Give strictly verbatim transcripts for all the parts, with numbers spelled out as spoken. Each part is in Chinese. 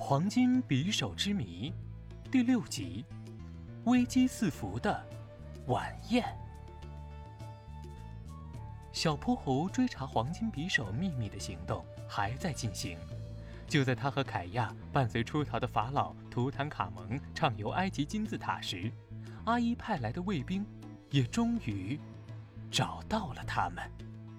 黄金匕首之谜第六集，危机四伏的晚宴。小泼猴追查黄金匕首秘密的行动还在进行。就在他和凯亚伴随出逃的法老图坦卡蒙畅游埃及金字塔时，阿依派来的卫兵也终于找到了他们。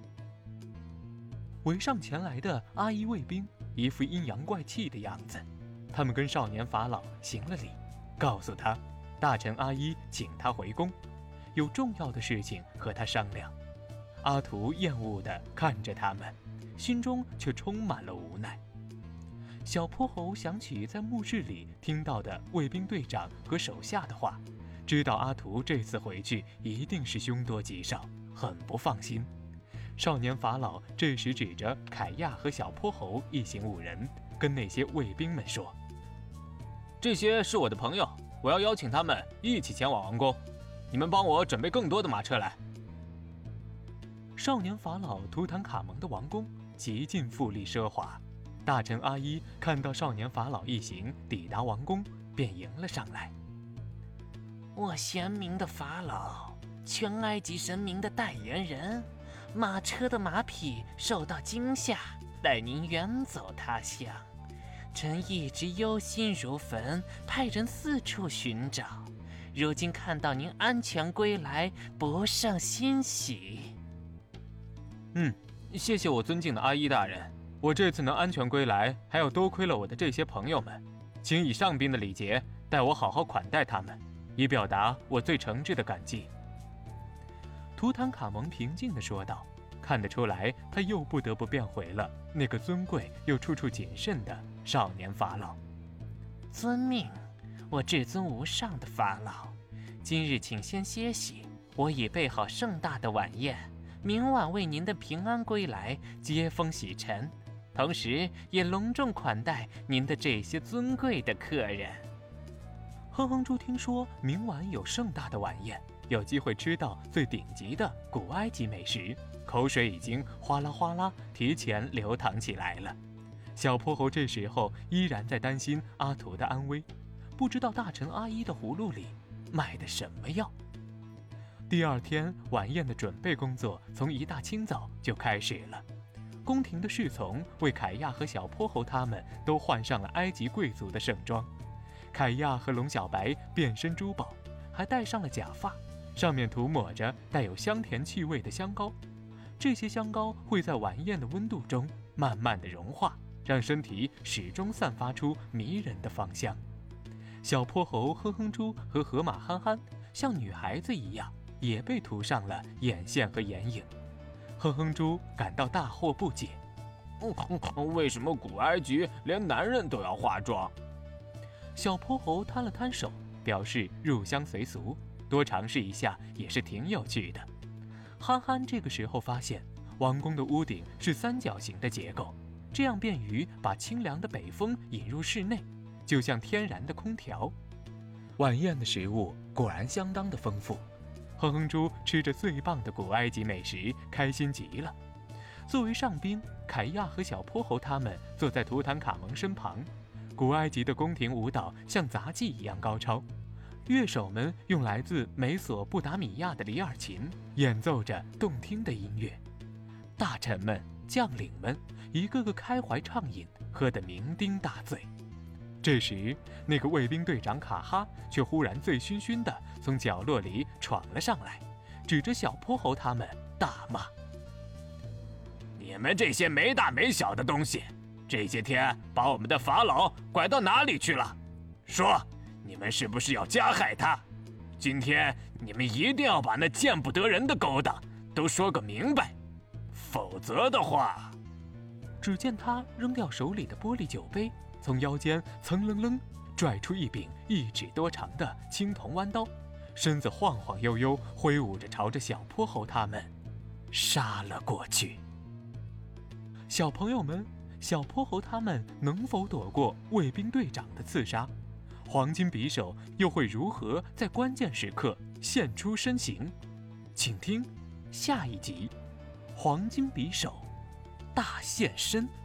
围上前来的阿依卫兵一副阴阳怪气的样子，他们跟少年法老行了礼，告诉他大臣阿依请他回宫，有重要的事情和他商量。阿图厌恶地看着他们，心中却充满了无奈。小泼猴想起在墓室里听到的卫兵队长和手下的话，知道阿图这次回去一定是凶多吉少，很不放心。少年法老这时指着凯亚和小泼猴一行五人，跟那些卫兵们说：“ 这些是我的朋友，我要邀请他们一起前往王宫，你们帮我准备更多的马车来。” 少年法老图坦卡蒙的王宫极尽富丽奢华，大臣阿依看到少年法老一行抵达王宫，便迎了上来。 我贤明的法老，全埃及神明的代言人，马车的马匹受到惊吓，带您远走他乡。臣一直忧心如焚，派人四处寻找，如今看到您安全归来，不胜欣喜。 嗯，谢谢我尊敬的阿依大人，我这次能安全归来，还要多亏了我的这些朋友们，请以上宾的礼节待我好好款待他们，以表达我最诚挚的感激。 图坦卡蒙平静地说道，看得出来他又不得不变回了那个尊贵又处处谨慎的少年法老。 遵命，我至尊无上的法老，今日请先歇息，我已备好盛大的晚宴，明晚为您的平安归来接风洗尘，同时也隆重款待您的这些尊贵的客人。 哼哼猪听说明晚有盛大的晚宴，有机会吃到最顶级的古埃及美食，口水已经哗啦哗啦提前流淌起来了。小泼猴这时候依然在担心阿图的安危，不知道大臣阿依的葫芦里卖的什么药。第二天晚宴的准备工作从一大清早就开始了。宫廷的侍从为凯亚和小泼猴他们都换上了埃及贵族的盛装。凯亚和龙小白变身珠宝，还戴上了假发，上面涂抹着带有香甜气味的香膏。这些香膏会在晚宴的温度中慢慢的融化，让身体始终散发出迷人的芳香。小泼猴哼哼猪和河马憨憨像女孩子一样，也被涂上了眼线和眼影。哼哼猪感到大惑不解， 为什么古埃及连男人都要化妆？ 小泼猴摊了摊手，表示入乡随俗，多尝试一下也是挺有趣的。憨憨这个时候发现王宫的屋顶是三角形的结构，这样便于把清凉的北风引入室内，就像天然的空调。晚宴的食物果然相当的丰富，哼哼猪吃着最棒的古埃及美食，开心极了。作为上宾，凯亚和小泼猴他们坐在图坦卡蒙身旁。古埃及的宫廷舞蹈像杂技一样高超，乐手们用来自美索不达米亚的里尔琴演奏着动听的音乐。大臣们、将领们一个个开怀畅饮，喝得酩酊大醉。这时，那个卫兵队长卡哈却忽然醉醺醺地从角落里闯了上来，指着小泼猴他们大骂：“ 你们这些没大没小的东西，这些天把我们的法老拐到哪里去了？说，你们是不是要加害他？今天你们一定要把那见不得人的勾当都说个明白，否则的话……” 只见他扔掉手里的玻璃酒杯，从腰间蹭楞楞拽出一柄一指多长的青铜弯刀，身子晃晃悠悠挥舞着，朝着小泼猴他们杀了过去。小朋友们，小泼猴他们能否躲过卫兵队长的刺杀？黄金匕首又会如何在关键时刻现出身形？请听下一集《黄金匕首大现身》。